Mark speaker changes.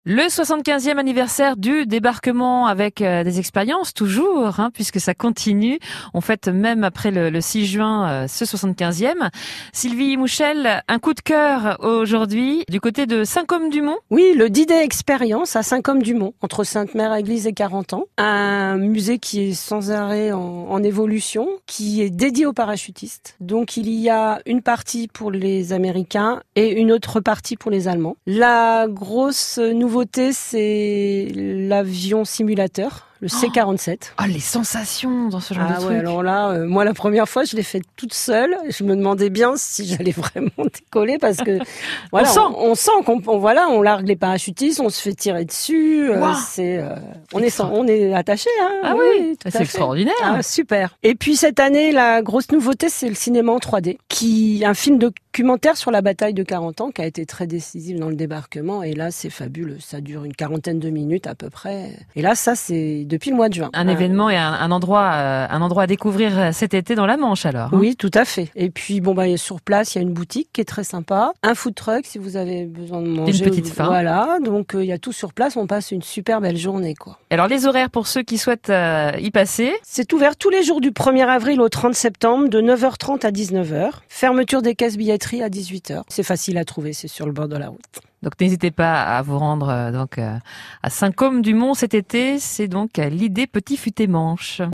Speaker 1: Le 75e anniversaire du débarquement avec des expériences toujours, puisque ça continue. On fête même après le 6 juin ce 75e. Sylvie Mouchel, un coup de cœur aujourd'hui du côté de Saint-Côme-du-Mont.
Speaker 2: Oui, le D-Day Experience à Saint-Côme-du-Mont, entre Sainte-Mère-Église et Carentan. Un musée qui est sans arrêt en évolution, qui est dédié aux parachutistes. Donc il y a une partie pour les Américains et une autre partie pour les Allemands. La grosse nouveauté, c'est l'avion simulateur, le C-47.
Speaker 1: Oh, les sensations dans ce genre de truc.
Speaker 2: Ouais, alors là, moi la première fois, je l'ai fait toute seule. Je me demandais bien si j'allais vraiment décoller parce que voilà, on sent qu'on largue les parachutistes, on se fait tirer dessus.
Speaker 1: Wow.
Speaker 2: On est attaché.
Speaker 1: Ah oui, c'est extraordinaire.
Speaker 2: Ah, super. Et puis cette année, la grosse nouveauté, c'est le cinéma en 3D, un film documentaire sur la bataille de Carentan qui a été très décisif dans le débarquement. Et là, c'est fabuleux. Ça dure une quarantaine de minutes à peu près. Et là, ça, c'est depuis le mois de juin.
Speaker 1: Un événement et un endroit à découvrir cet été dans la Manche alors.
Speaker 2: Oui, tout à fait. Et puis sur place, il y a une boutique qui est très sympa, un food truck si vous avez besoin de manger.
Speaker 1: Une petite faim.
Speaker 2: Voilà, donc il y a tout sur place. On passe une super belle journée, quoi.
Speaker 1: Alors les horaires pour ceux qui souhaitent y passer.
Speaker 2: C'est ouvert tous les jours du 1er avril au 30 septembre de 9h30 à 19h. Fermeture des caisses billetterie à 18h. C'est facile à trouver, c'est sur le bord de la route.
Speaker 1: Donc n'hésitez pas à vous rendre à Saint-Côme-du-Mont cet été. C'est donc à l'idée Petit Futé Manche.